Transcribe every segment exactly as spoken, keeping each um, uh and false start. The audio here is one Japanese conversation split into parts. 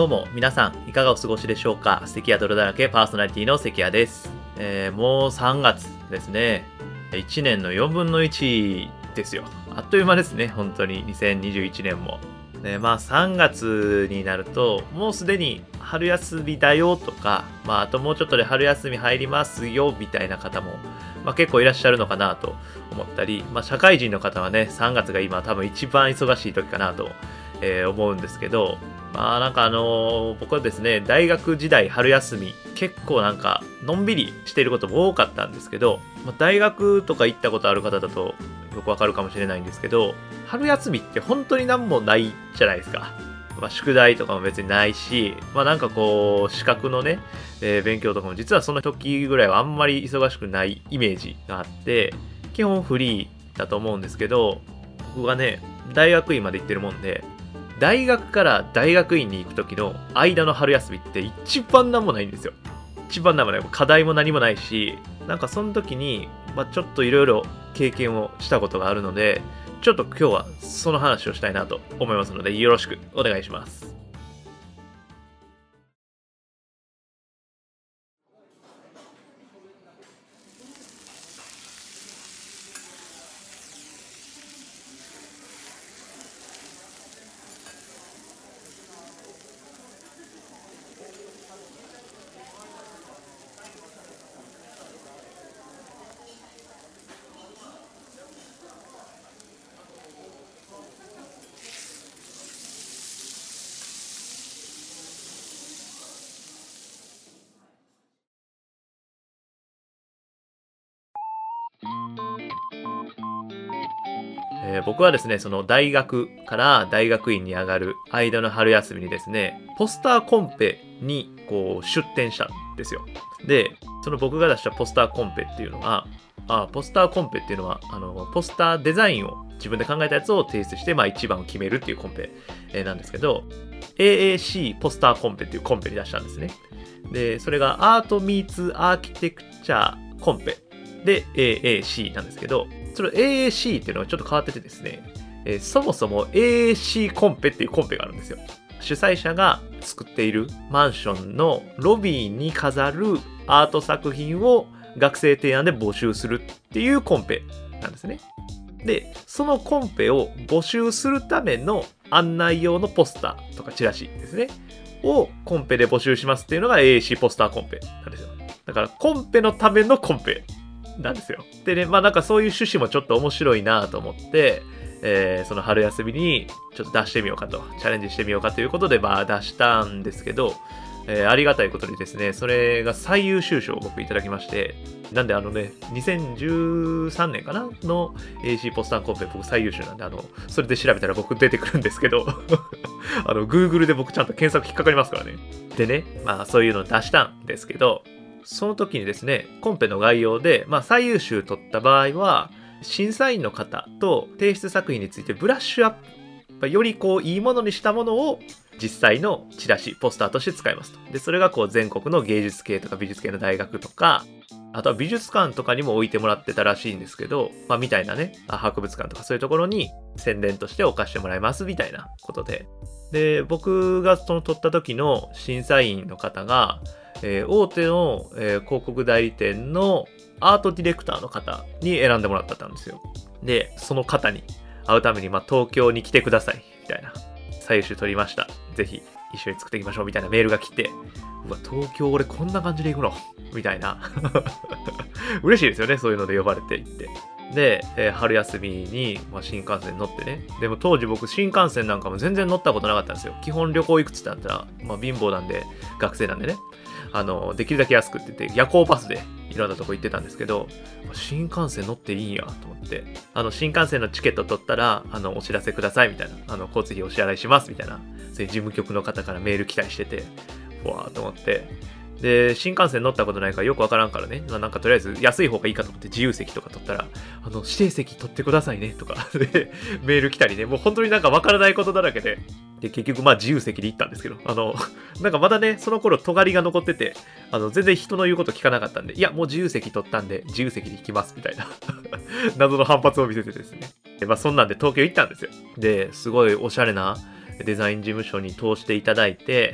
どうも皆さんいかがお過ごしでしょうか。関谷泥だらけパーソナリティの関谷です。えー、もうさんがつですね。いちねんのよんぶんのいちですよ。あっという間ですね、本当ににせんにじゅういちねんも。ね、まあさんがつになるともうすでに春休みだよとか、まああともうちょっとで春休み入りますよみたいな方も、まあ、結構いらっしゃるのかなと思ったり、まあ社会人の方はね、さんがつが今多分一番忙しい時かなと、えー、思うんですけど、まあなんかあのー、僕はですね、大学時代春休み結構なんかのんびりしていることも多かったんですけど、まあ、大学とか行ったことある方だとよくわかるかもしれないんですけど、春休みって本当になんもないじゃないですか。まあ、宿題とかも別にないし、まあなんかこう資格のね、えー、勉強とかも実はその時ぐらいはあんまり忙しくないイメージがあって、基本フリーだと思うんですけど、僕がね大学院まで行ってるもんで、大学から大学院に行く時の間の春休みって一番なんもないんですよ。一番なんもない。課題も何もないし、なんかその時に、まあ、ちょっといろいろ経験をしたことがあるので、ちょっと今日はその話をしたいなと思いますので、よろしくお願いします。えー、僕はですね、その大学から大学院に上がる間の春休みにですね、ポスターコンペにこう出展したんですよ。で、その僕が出したポスターコンペっていうのが、あ、ポスターコンペっていうのは、あの、ポスターデザインを自分で考えたやつを提出して、まあ一番を決めるっていうコンペ、えー、なんですけど、エーエーシー ポスターコンペっていうコンペに出したんですね。で、それがアートミーツアーキテクチャーコンペで エーエーシー なんですけど、その エーエーシー っていうのはちょっと変わっててですね、えー、そもそも エーエーシー コンペっていうコンペがあるんですよ。主催者が作っているマンションのロビーに飾るアート作品を学生提案で募集するっていうコンペなんですね。で、そのコンペを募集するための案内用のポスターとかチラシですね。をコンペで募集しますっていうのが エーエーシー ポスターコンペなんですよ。だからコンペのためのコンペなんですよ。でね、まあなんかそういう趣旨もちょっと面白いなと思って、えー、その春休みにちょっと出してみようかと、チャレンジしてみようかということで、まあ出したんですけど、えー、ありがたいことにですね、それが最優秀賞を僕いただきまして、なんであのね、にせんじゅうさんねんかなの エーエーシー ポスターコンペ僕最優秀なんで、あの、それで調べたら僕出てくるんですけど、あの、Google で僕ちゃんと検索引っかかりますからね。でね、まあそういうの出したんですけど、その時にですね、コンペの概要で、まあ最優秀取った場合は、審査員の方と提出作品についてブラッシュアップ、よりこういいものにしたものを実際のチラシ、ポスターとして使いますと。で、それがこう全国の芸術系とか美術系の大学とか、あとは美術館とかにも置いてもらってたらしいんですけど、まあみたいなね、博物館とかそういうところに宣伝として置かしてもらいますみたいなことで。で、僕がその取った時の審査員の方が、えー、大手の、えー、広告代理店のアートディレクターの方に選んでもらったんですよ。で、その方に会うために、まあ、東京に来てくださいみたいな、最優秀取りました、ぜひ一緒に作っていきましょうみたいなメールが来て、うわ、東京俺こんな感じで行くのみたいな嬉しいですよね、そういうので呼ばれていって。で、えー、春休みに、まあ、新幹線乗ってね。でも当時僕新幹線なんかも全然乗ったことなかったんですよ。基本旅行行くっつってなったら、まあ貧乏なんで、学生なんでね。あの、できるだけ安くって言って、夜行バスでいろんなとこ行ってたんですけど、新幹線乗っていいんやと思って、あの、新幹線のチケット取ったら、あの、お知らせくださいみたいな、あの、交通費お支払いしますみたいな、そういう事務局の方からメール来たりしてて、うわーと思って、で、新幹線乗ったことないからよくわからんからね、まあ、なんかとりあえず安い方がいいかと思って自由席とか取ったら、あの、指定席取ってくださいねとかで、メール来たりね、もう本当になんかわからないことだらけで、で、結局まあ自由席で行ったんですけど、あの、なんかまだね、その頃尖りが残ってて、あの、全然人の言うこと聞かなかったんで、いや、もう自由席取ったんで、自由席で行きますみたいな、謎の反発を見せてですね。で、まあそんなんで東京行ったんですよ。で、すごいおしゃれなデザイン事務所に通していただいて、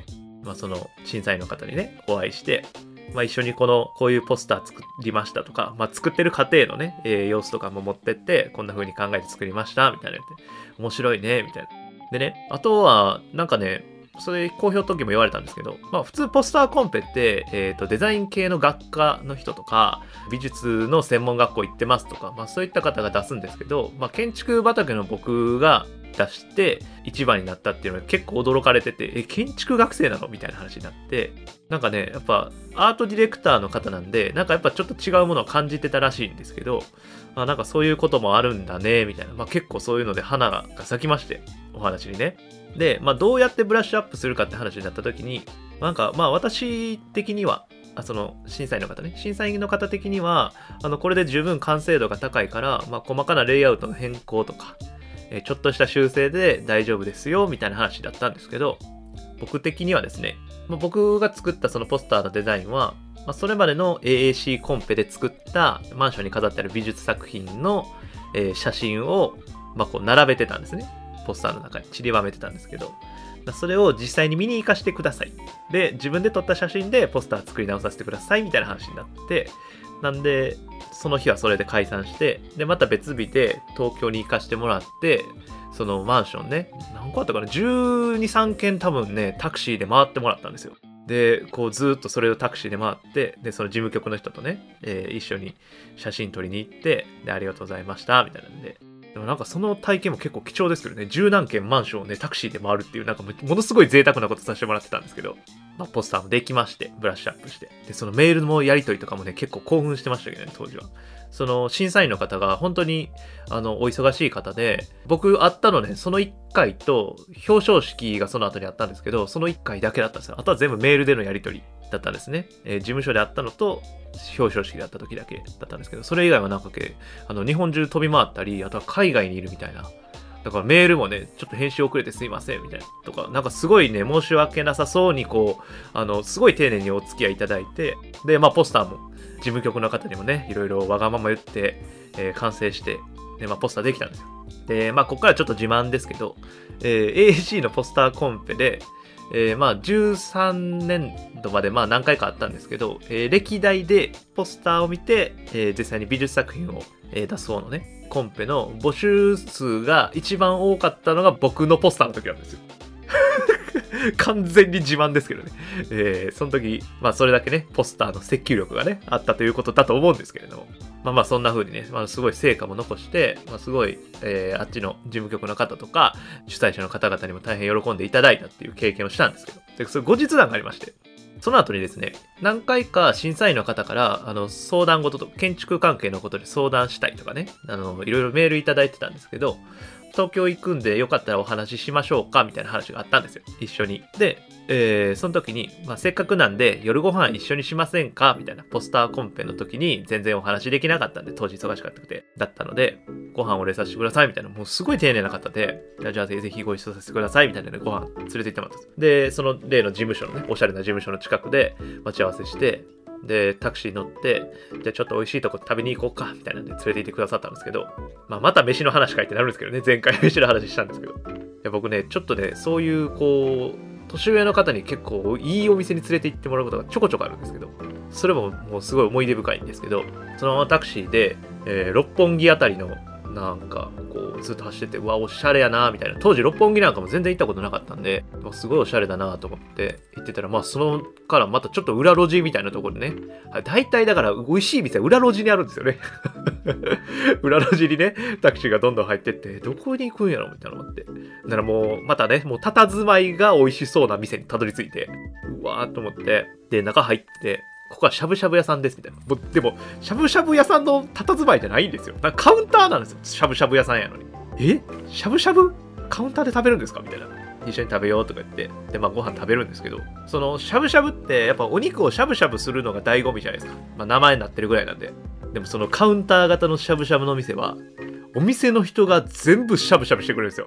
まあ、その審査員の方にね、お会いして、まあ、一緒にこの、こういうポスター作りましたとか、まあ、作ってる過程のね、えー、様子とかも持ってって、こんな風に考えて作りました、みたいな言って、面白いね、みたいな。でね、あとは、なんかね、それ好評の時も言われたんですけど、まあ普通ポスターコンペって、えっと、デザイン系の学科の人とか、美術の専門学校行ってますとか、まあそういった方が出すんですけど、まあ建築畑の僕が出して一番になったっていうのは結構驚かれてて、え、建築学生なのみたいな話になって、なんかね、やっぱアートディレクターの方なんで、なんかやっぱちょっと違うものを感じてたらしいんですけど、あ、なんかそういうこともあるんだね、みたいな。まあ結構そういうので花が咲きまして、お話にね。で、まあ、どうやってブラッシュアップするかって話になった時に、なんか、まあ、私的には、あその、審査員の方ね、審査員の方的には、あの、これで十分完成度が高いから、まあ、細かなレイアウトの変更とか、えー、ちょっとした修正で大丈夫ですよ、みたいな話だったんですけど、僕的にはですね、まあ、僕が作ったそのポスターのデザインは、まあ、それまでの エーエーシー コンペで作ったマンションに飾ってある美術作品の、えー、写真を、まあ、こう並べてたんですね。ポスターの中に散りばめてたんですけど、それを実際に見に行かせてください。で、自分で撮った写真でポスター作り直させてくださいみたいな話になって、なんで、その日はそれで解散して、で、また別日で東京に行かせてもらって、そのマンションね、何個あったかな ?じゅうに、さんけん多分ね、タクシーで回ってもらったんですよ。で、こうずっとそれをタクシーで回って、で、その事務局の人とね、えー、一緒に写真撮りに行って、で、ありがとうございました、みたいなんで、でもなんかその体験も結構貴重ですけどね、十何軒マンションをね、タクシーで回るっていう、なんかものすごい贅沢なことさせてもらってたんですけど、まあ、ポスターもできまして、ブラッシュアップして。で、そのメールのやり取りとかもね、結構興奮してましたけどね、当時は。その審査員の方が本当に、あの、お忙しい方で、僕会ったのね、そのいっかいと、表彰式がその後にあったんですけど、そのいっかいだけだったんですよ。あとは全部メールでのやり取りだったんですね。えー、事務所で会ったのと、表彰式で会った時だけだったんですけど、それ以外はなんかけ、あの、日本中飛び回ったり、あとは海外にいるみたいな。だからメールもね、ちょっと返信遅れてすいませんみたいなとか、なんかすごいね、申し訳なさそうにこう、あの、すごい丁寧にお付き合いいただいて、で、まあポスターも事務局の方にもね、いろいろわがまま言って、えー、完成して、で、まあポスターできたんですよ。で、まあここからちょっと自慢ですけど、えー、エーエーシー のポスターコンペで、えー、まあじゅうさんねんどまでまあ何回かあったんですけど、えー、歴代でポスターを見て、えー、実際に美術作品を、えー、出す方のね、コンペの募集数が一番多かったのが僕のポスターの時なんですよ。完全に自慢ですけどね。えー、その時、まあそれだけね、ポスターの積極力がね、あったということだと思うんですけれども。まあまあそんな風にね、まあ、すごい成果も残して、まあ、すごい、えー、あっちの事務局の方とか、主催者の方々にも大変喜んでいただいたっていう経験をしたんですけど、でそれ後日談がありまして、その後にですね、何回か審査員の方から、あの、相談事と、建築関係のことで相談したいとかね、あの、いろいろメールいただいてたんですけど、東京行くんでよかったらお話ししましょうかみたいな話があったんですよ。一緒に。で、えー、その時に、まあ、せっかくなんで夜ご飯一緒にしませんかみたいなポスターコンペの時に全然お話できなかったんで、当時忙しかったくて、だったので、ご飯をお礼させてくださいみたいな、もうすごい丁寧な方で、じゃあぜひご一緒させてくださいみたいなのでご飯連れて行ってもらったんです。で、その例の事務所のね、おしゃれな事務所の近くで待ち合わせして、で、タクシー乗って、じゃあちょっと美味しいとこ食べに行こうか、みたいなんで連れて行ってくださったんですけど、まあまた飯の話かいってなるんですけどね、前回飯の話したんですけど。いや僕ね、ちょっとね、そういうこう、年上の方に結構いいお店に連れて行ってもらうことがちょこちょこあるんですけど、それももうすごい思い出深いんですけど、そのままタクシーで、えー、六本木あたりのなんかこうずっと走ってて、うわおしゃれやなみたいな、当時六本木なんかも全然行ったことなかったんで、すごいおしゃれだなと思って行ってたら、まあそのからまたちょっと裏路地みたいなところでね、大体だから美味しい店は裏路地にあるんですよね。裏路地にねタクシーがどんどん入ってって、どこに行くんやろみたいな思って、だからもうまたね、もう佇まいが美味しそうな店にたどり着いて、うわーと思って、で中入って、ここはしゃぶしゃぶ屋さんですみたいな。でも、しゃぶしゃぶ屋さんの佇まいじゃないんですよ。なんかカウンターなんですよ。しゃぶしゃぶ屋さんやのに。えしゃぶしゃぶカウンターで食べるんですかみたいな。一緒に食べようとか言って。で、まあご飯食べるんですけど、そのしゃぶしゃぶってやっぱお肉をしゃぶしゃぶするのが醍醐味じゃないですか。まあ名前になってるぐらいなんで。でもそのカウンター型のしゃぶしゃぶの店は、お店の人が全部しゃぶしゃぶしてくれるんですよ。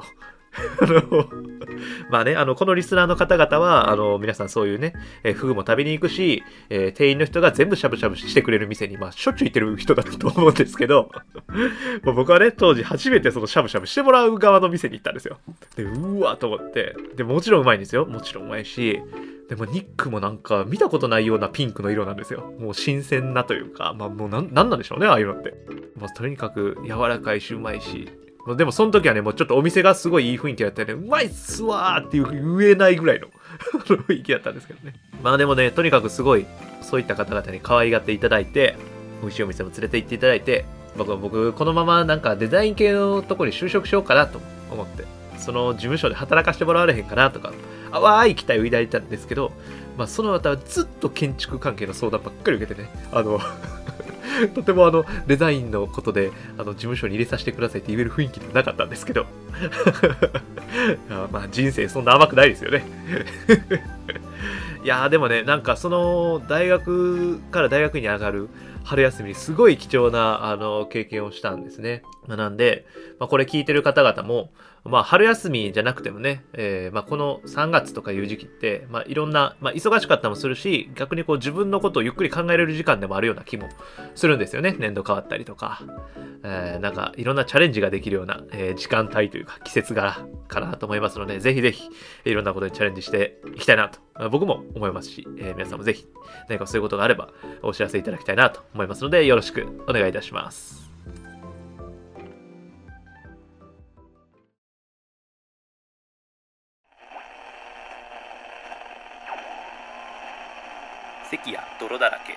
あの、まあね、あの、このリスナーの方々は、あの、皆さんそういうね、えーフグも食べに行くし、えー店員の人が全部しゃぶしゃぶしてくれる店に、まあ、しょっちゅう行ってる人だと思うんですけど、まあ僕はね、当時初めてそのしゃぶしゃぶしてもらう側の店に行ったんですよ。で、うわーと思って、で、もちろんうまいんですよ。もちろんうまいし、でもニックもなんか見たことないようなピンクの色なんですよ。もう新鮮なというか、まあもうなん、なんなんでしょうね、ああいうのって。もうとにかく柔らかいしうまいし、でもその時はね、もうちょっとお店がすごいいい雰囲気だったね、うまいっすわーっていう言えないぐらいの雰囲気だったんですけどね。まあでもね、とにかくすごい、そういった方々に可愛がっていただいて、美味しいお店も連れて行っていただいて、僕は僕、このままなんかデザイン系のとこに就職しようかなと思って、その事務所で働かせてもらわれへんかなとか、淡い期待を抱いたんですけど、まあその後はずっと建築関係の相談ばっかり受けてね、あの、とてもあのデザインのことであの事務所に入れさせてくださいって言える雰囲気ではなかったんですけどまあ人生そんな甘くないですよねいやーでもね、なんかその大学から大学に上がる春休みにすごい貴重なあの経験をしたんですね。まあ、なんで、まあ、これ聞いてる方々も、まあ、春休みじゃなくてもね、えーまあ、このさんがつとかいう時期って、まあ、いろんな、まあ、忙しかったりもするし、逆にこう自分のことをゆっくり考えれる時間でもあるような気もするんですよね。年度変わったりとか、えー、なんかいろんなチャレンジができるような、えー、時間帯というか季節柄かなと思いますので、ぜひぜひいろんなことにチャレンジしていきたいなと僕も思いますし、えー、皆さんもぜひ何かそういうことがあればお知らせいただきたいなと思いますので、よろしくお願いいたします。 関や泥だらけ。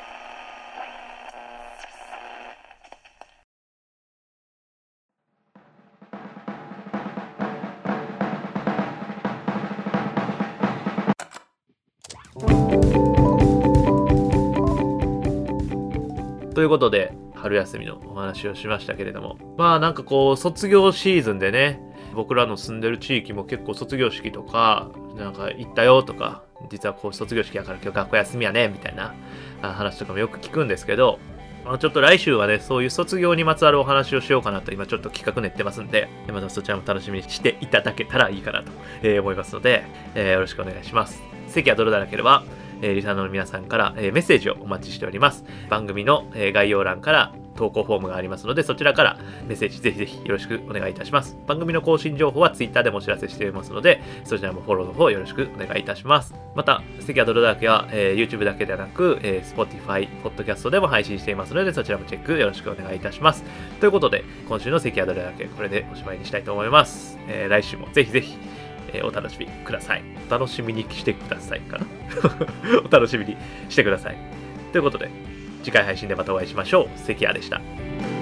ということで春休みのお話をしましたけれども、まあなんかこう卒業シーズンでね、僕らの住んでる地域も結構卒業式とかなんか行ったよとか、実はこう卒業式やから今日学校休みやねみたいな話とかもよく聞くんですけど、ちょっと来週はね、そういう卒業にまつわるお話をしようかなと今ちょっと企画練ってますんで、またそちらも楽しみにしていただけたらいいかなと思いますので、えー、よろしくお願いします。関は泥だらければ、えー、リサの皆さんから、えー、メッセージをお待ちしております。番組の、えー、概要欄から投稿フォームがありますので、そちらからメッセージぜひぜひよろしくお願いいたします。番組の更新情報は Twitter でもお知らせしていますので、そちらもフォローの方よろしくお願いいたします。また、関は泥だらけは、えー、YouTube だけではなく、えー、Spotify、Podcast でも配信していますので、そちらもチェックよろしくお願いいたします。ということで、今週の関は泥だらけ、これでおしまいにしたいと思います。えー、来週もぜひぜひ、えー、お楽しみください。お楽しみにしてくださいかなお楽しみにしてください。ということで、次回配信でまたお会いしましょう。関谷でした。